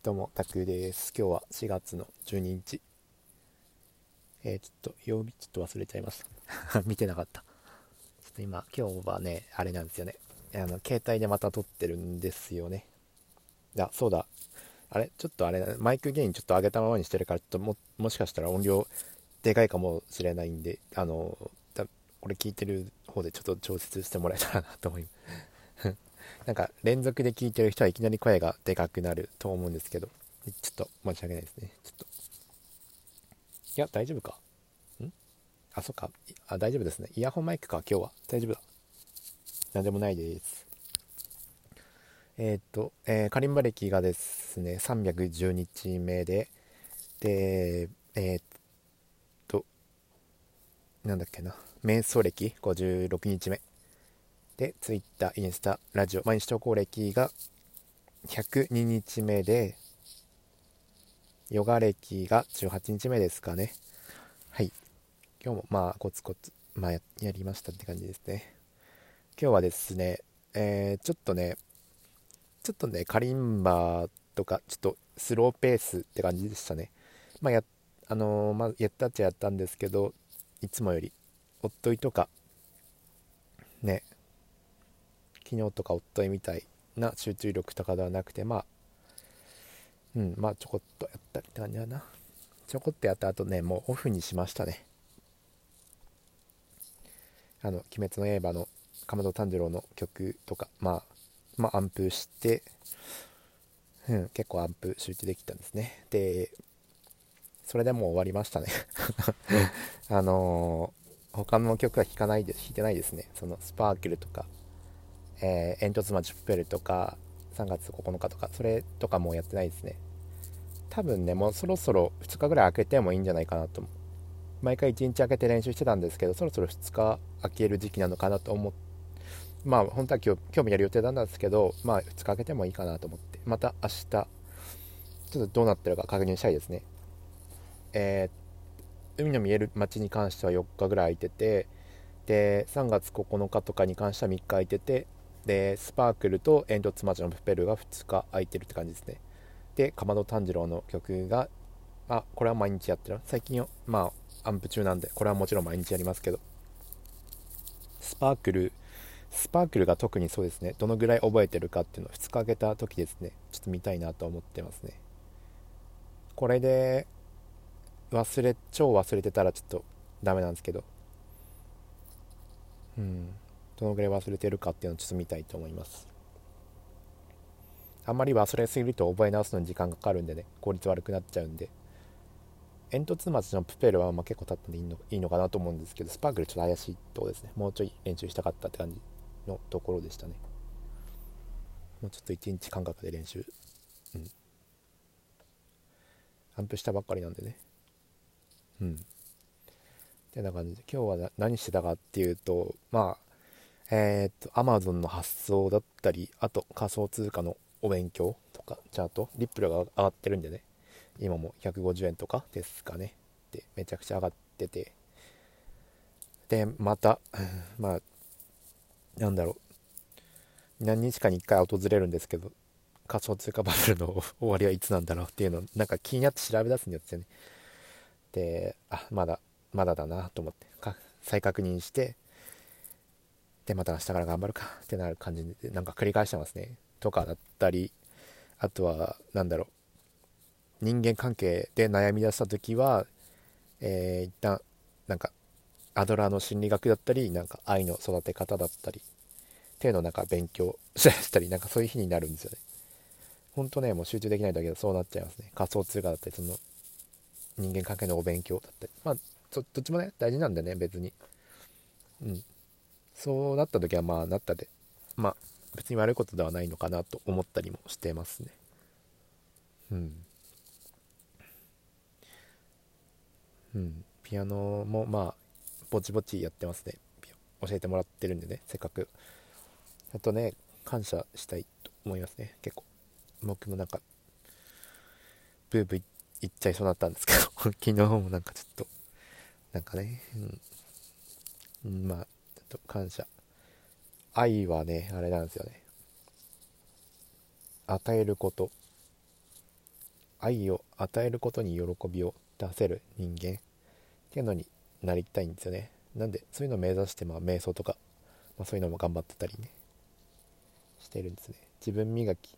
どうも、タクです。今日は4月の12日。ちょっと、曜日ちょっと忘れちゃいました。見てなかった。ちょっと今日はね、あれなんですよね。携帯でまた撮ってるんですよね。そうだ。ちょっとマイクゲインちょっと上げたままにしてるから、ちょっともしかしたら音量でかいかもしれないんで、これ聞いてる方でちょっと調節してもらえたらなと思います。なんか連続で聞いてる人はいきなり声がでかくなると思うんですけど、ちょっと申し訳ないですね。ちょっと、いや、大丈夫か。んそっか。大丈夫ですね。イヤホンマイクか、今日は。大丈夫だ。なんでもないです。カリンバ歴がですね、310日目で、と、なんだっけな、瞑想歴56日目。で、ツイッター、インスタ、ラジオ、毎日投稿歴が102日目で、ヨガ歴が18日目ですかね。はい。今日もコツコツ、やりましたって感じですね。今日はですね、ちょっとね、カリンバとか、ちょっとスローペースって感じでしたね。まあ、や、やったっちゃやったんですけど、いつもより、おっといとか、ね、昨日とかおっといみたいな集中力とかではなくて、ちょこっとやったって感じだな。ちょこっとやった後ね、もうオフにしましたね。鬼滅の刃の竈門炭治郎の曲とか、アンプして、結構アンプ集中できたんですね。で、それでもう終わりましたね。他の曲は弾いてないですね。そのスパークルとか、煙突町プペルとか、3月9日とか、それとかもうやってないですね。多分ね、もうそろそろ2日ぐらい空けてもいいんじゃないかなと。毎回1日空けて練習してたんですけど、そろそろ2日空ける時期なのかなと思って、本当は今日もやる予定なんですけど、2日空けてもいいかなと思って、また明日、ちょっとどうなってるか確認したいですね。海の見える街に関しては4日ぐらい空いてて、で3月9日とかに関しては3日空いてて、でスパークルと煙突町のプペルが2日空いてるって感じですね。で竈門炭治郎の曲が、これは毎日やってる。最近アンプ中なんでこれはもちろん毎日やりますけど、スパークルスパークルが特にそうですね。どのぐらい覚えてるかっていうのを2日空けた時ですね、ちょっと見たいなと思ってますね。これで超忘れてたらちょっとダメなんですけど、どのぐらい忘れてるかっていうのをちょっと見たいと思います。あんまり忘れすぎると覚え直すのに時間がかかるんでね、効率悪くなっちゃうんで。煙突町のプペルは結構経ったんでいいのかなと思うんですけど、スパークルちょっと怪しいとこですね。もうちょい練習したかったって感じのところでしたね。もうちょっと1日間隔で練習、アンプしたばっかりなんでね。ってな感じで、今日は何してたかっていうと、アマゾンの発送だったり、あと仮想通貨のお勉強とか、チャート、リップルが上がってるんでね、今も150円とかですかね。で、めちゃくちゃ上がってて、で、また、なんだろ何日かに1回訪れるんですけど、仮想通貨バブルの終わりはいつなんだろうっていうのを、なんか気になって調べ出すんですよね。で、まだだなと思って、再確認して、で、また明日から頑張るかってなる感じで、なんか繰り返してますね。とかだったり、あとは、人間関係で悩み出した時は、一旦、なんか、アドラーの心理学だったり、なんか愛の育て方だったり、っていうのをなんか勉強したり、なんかそういう日になるんですよね。ほんとね、もう集中できないだけど、そうなっちゃいますね。仮想通貨だったり、その人間関係のお勉強だったり。どっちもね、大事なんでね、別に。うん。そうなった時はなったで、まあ、別に悪いことではないのかなと思ったりもしてますね。うん。うん。ピアノもぼちぼちやってますね。教えてもらってるんでね、せっかく。あとね、感謝したいと思いますね、結構。僕もなんか、ブーブー言っちゃいそうだったんですけど、昨日もなんかちょっと、なんかね、ちょっと感謝。愛はね、あれなんですよね。与えること。 愛を与えることに喜びを出せる人間っていうのになりたいんですよね。なんでそういうのを目指して、瞑想とか、そういうのも頑張ってたりねしてるんですね。自分磨き、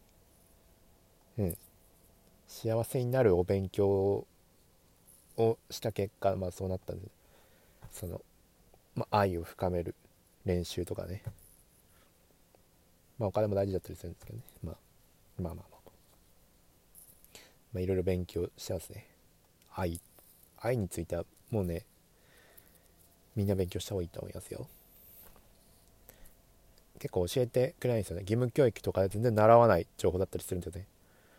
幸せになるお勉強をした結果、そうなったんで、その、愛を深める練習とかね、お金も大事だったりするんですけどね、いろいろ勉強してますね。愛についてはもうね、みんな勉強した方がいいと思いますよ。結構教えてくれないんですよね。義務教育とかで全然習わない情報だったりするんですよね。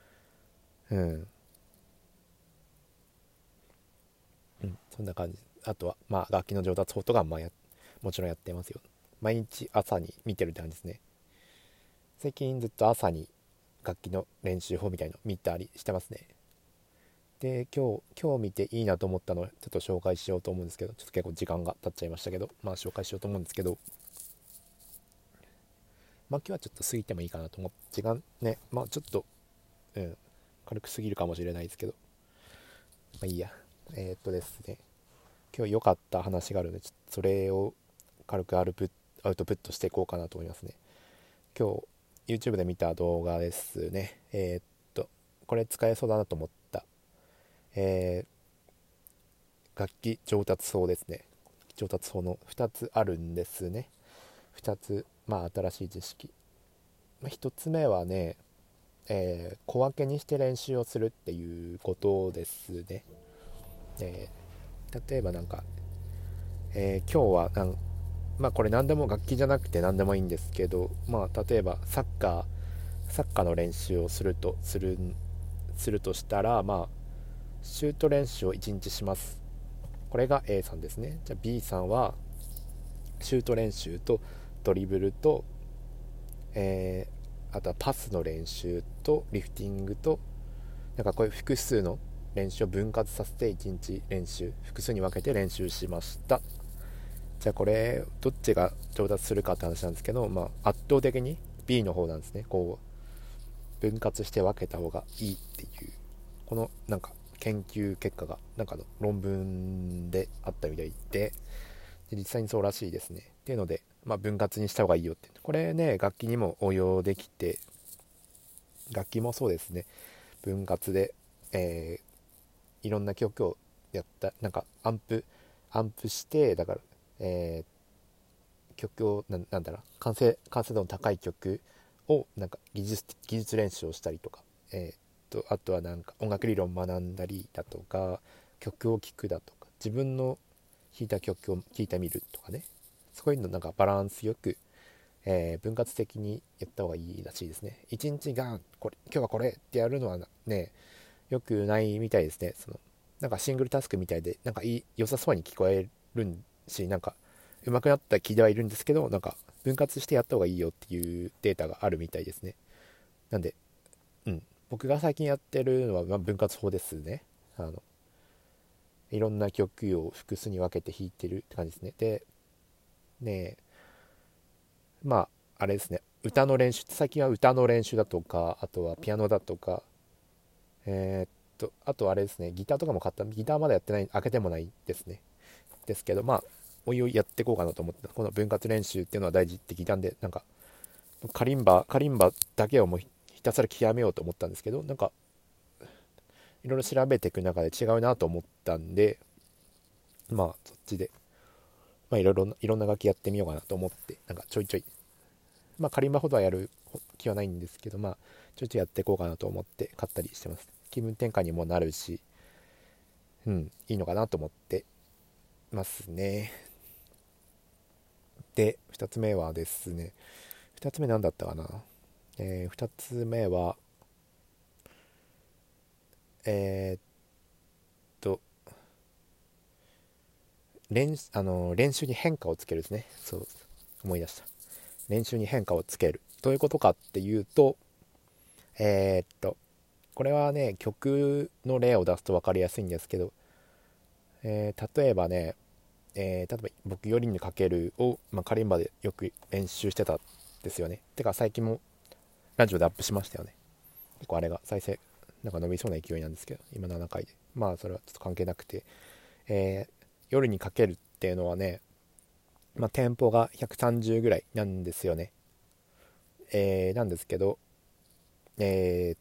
そんな感じ。あとは楽器の上達法とかももちろんやってますよ。毎日朝に見てるって感じですね。最近ずっと朝に楽器の練習法みたいの見たりしてますね。で、今日見ていいなと思ったのをちょっと紹介しようと思うんですけど、ちょっと結構時間が経っちゃいましたけど、紹介しようと思うんですけど、今日はちょっと過ぎてもいいかなと思って、時間ね、ちょっと、軽く過ぎるかもしれないですけど、いいや。ですね、今日良かった話があるので、ちょっとそれを軽くアウトプットしていこうかなと思いますね。今日 YouTube で見た動画ですね。これ使えそうだなと思った、楽器上達法ですね。上達法の2つあるんですね。2つ、新しい知識。1つ目はね、小分けにして練習をするっていうことですね。例えば今日はこれ何でも楽器じゃなくて何でもいいんですけど、例えばサッカーの練習をするとしたら、シュート練習を1日します。これが A さんですね。じゃあ B さんはシュート練習とドリブルと、あとはパスの練習とリフティングと、こういう複数の練習を分割させて1日練習、複数に分けて練習しました。じゃあこれどっちが上達するかって話なんですけど、圧倒的に B の方なんですね。こう分割して分けた方がいいっていう、この研究結果がの論文であったみたいで、実際にそうらしいですね。っていうので、分割にした方がいいよって、これね、楽器にも応用できて、楽器もそうですね、分割で、いろんな曲をやった、アンプして、だから、曲をなんだろう、完成度の高い曲を技術練習をしたりとか、あとは音楽理論を学んだりだとか、曲を聴くだとか、自分の弾いた曲を聴いてみるとかね、そういうのバランスよく、分割的にやった方がいいらしいですね。一日が今日はこれってやるのはね、よくないみたいですね。シングルタスクみたいで良さそうに聞こえるし、上手くなった気ではいるんですけど、分割してやった方がいいよっていうデータがあるみたいですね。なんで、僕が最近やってるのは分割法ですね。いろんな曲を複数に分けて弾いてるって感じですね。でね、あれですね、最近は歌の練習だとか、あとはピアノだとか、あとあれですね、ギターとかも買った。ギターまだやってない、開けてもないですね。ですけど、おいおいやっていこうかなと思って、この分割練習っていうのは大事って聞いたんで、カリンバだけをもうひたすら極めようと思ったんですけど、いろいろ調べていく中で違うなと思ったんで、そっちで、いろんな楽器やってみようかなと思って、ちょいちょい、カリンバほどはやる気はないんですけど、ちょいちょいやっていこうかなと思って買ったりしてます。気分転換にもなるし、いいのかなと思ってますね。で、2つ目はですね、2つ目何だったかな。2つ目は、えーっと、練習に変化をつけるですね。そう、思い出した。練習に変化をつける。どういうことかっていうと、これはね、曲の例を出すと分かりやすいんですけど、例えばね、例えば僕4人にかけるを、カリンバでよく練習してたんですよね。てか最近もラジオでアップしましたよね。結構あれが再生なんか伸びそうな勢いなんですけど、今7回で、まあそれはちょっと関係なくて、夜にかけるっていうのはね、まあ、テンポが130ぐらいなんですよね。なんですけど、え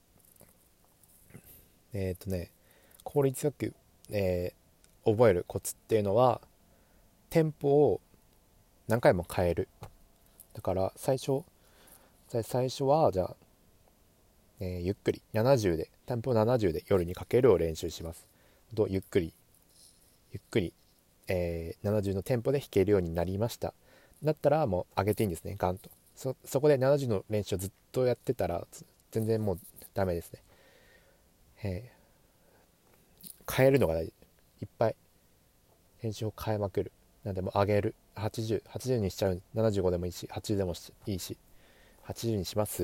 効率よく、覚えるコツっていうのは、テンポを何回も変える。だから最初はじゃあ、ゆっくり70で、テンポ70で夜にかけるを練習します。ゆっくりゆっくり、70のテンポで弾けるようになりました。だったらもう上げていいんですね、ガンと。そこで70の練習をずっとやってたら全然もうダメですね。え変えるのが大事。いっぱい練習を変えまくる。なんでも上げる。80にしちゃう。75でもいいし、80でもいいし、80にします。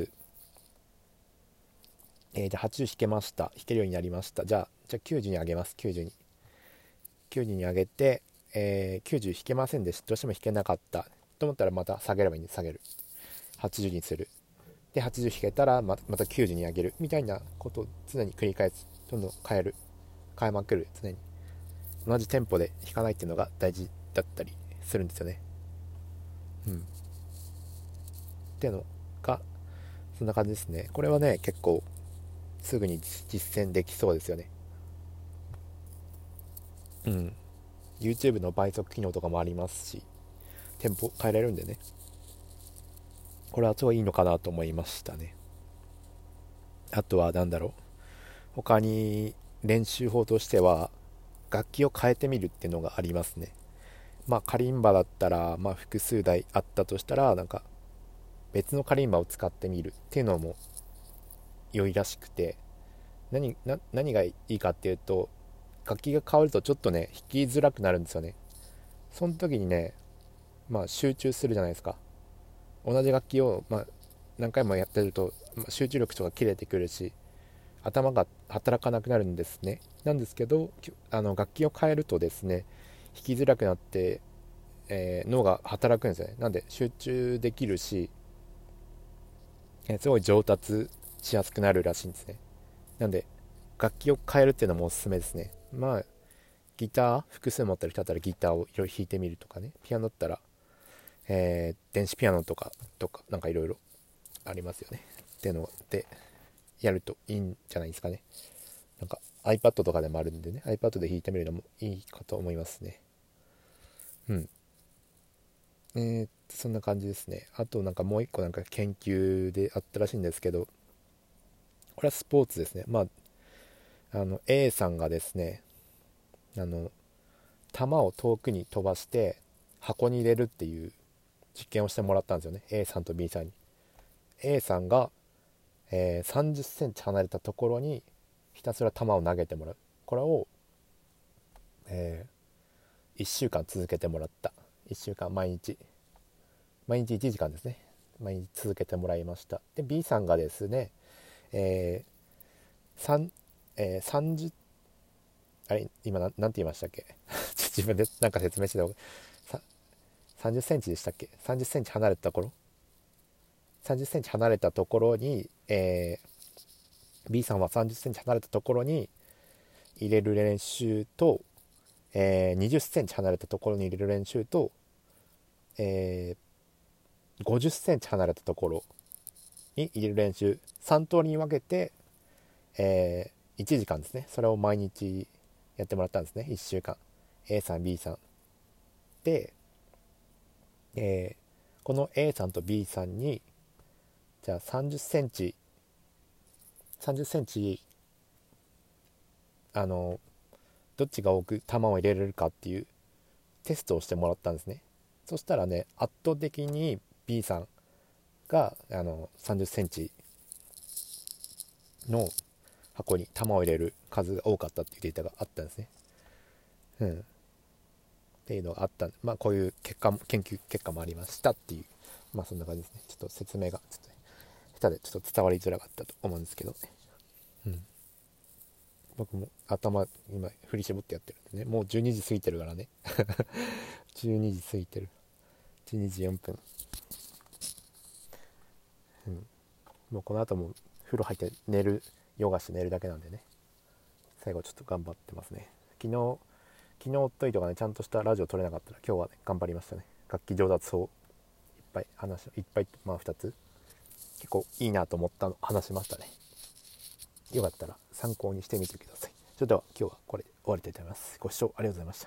じゃあ80弾けました。弾けるようになりました。じゃあ90に上げます。90に上げて、90弾けませんでした。どうしても弾けなかったと思ったらまた下げればいいんで、下げる。80にする。で、80弾けたらまた90に上げる。みたいなことを常に繰り返す。どんどん変えまくる。常に。同じテンポで弾かないっていうのが大事だったりするんですよね。うん。っていうのが、そんな感じですね。これはね、結構すぐに実践できそうですよね。うん。YouTube の倍速機能とかもありますし、テンポ変えれるんでね。これは超いいのかなと思いましたね。あとは何だろう。他に練習法としては、楽器を変えてみるっていうのがありますね。まあカリンバだったら、まあ複数台あったとしたら、なんか別のカリンバを使ってみるっていうのも良いらしくて、何がいいかっていうと、楽器が変わるとちょっとね、弾きづらくなるんですよね。その時にね、まあ集中するじゃないですか。同じ楽器を、まあ、何回もやってると、まあ、集中力とか切れてくるし、頭が働かなくなるんですね。なんですけど、楽器を変えるとですね、弾きづらくなって、脳が働くんですよね。なんで集中できるし、すごい上達しやすくなるらしいんですね。なんで楽器を変えるっていうのもおすすめですね。まあギター複数持ってる人だったらギターをいろいろ弾いてみるとかね。ピアノだったら、電子ピアノとかなんかいろいろありますよね。っていうのでやるといいんじゃないですかね。なんか iPad とかでもあるんでね、 iPad で弾いてみるのもいいかと思いますね。うん。そんな感じですね。あとなんかもう一個なんか研究であったらしいんですけど、これはスポーツですね。まあA さんがですね、あの球を遠くに飛ばして箱に入れるっていう実験をしてもらったんですよね、 A さんと B さんに。 A さんが、30センチ離れたところにひたすら球を投げてもらう。これを、1週間続けてもらった。1週間毎日1時間ですね。毎日続けてもらいました。で B さんがですね、え3 30あれ今なんて言いましたっけ自分でなんか説明してた方が、30センチでしたっけ。30センチ離れたところ、30センチ離れたところに、B さんは30センチ離れたところに入れる練習と、20センチ離れたところに入れる練習と、50センチ離れたところに入れる練習、3通りに分けて、1時間ですね、それを毎日やってもらったんですね。1週間 A さん B さんで、この A さんと B さんに、じゃあ30センチどっちが多く球を入れれるかっていうテストをしてもらったんですね。そしたらね、圧倒的に B さんが30センチの箱に球を入れる数が多かったっていうデータがあったんですね。うん。っていうのがあった。まあこういう研究結果もありましたっていう、まあそんな感じですね。ちょっと説明がちょっと下手でちょっと伝わりづらかったと思うんですけどね。うん。僕も頭今振り絞ってやってるんでね、もう12時過ぎてるからね。12時過ぎてる。12時4分。うん。もうこの後も風呂入って寝るヨガして寝るだけなんでね、最後ちょっと頑張ってますね。昨日おっといとかね、ちゃんとしたラジオ撮れなかったら今日はね頑張りましたね。楽器上達法いっぱい、まあ2つ結構いいなと思ったの話しましたね。よかったら参考にしてみてください。それでは今日はこれで終わりたいと思います。ご視聴ありがとうございました。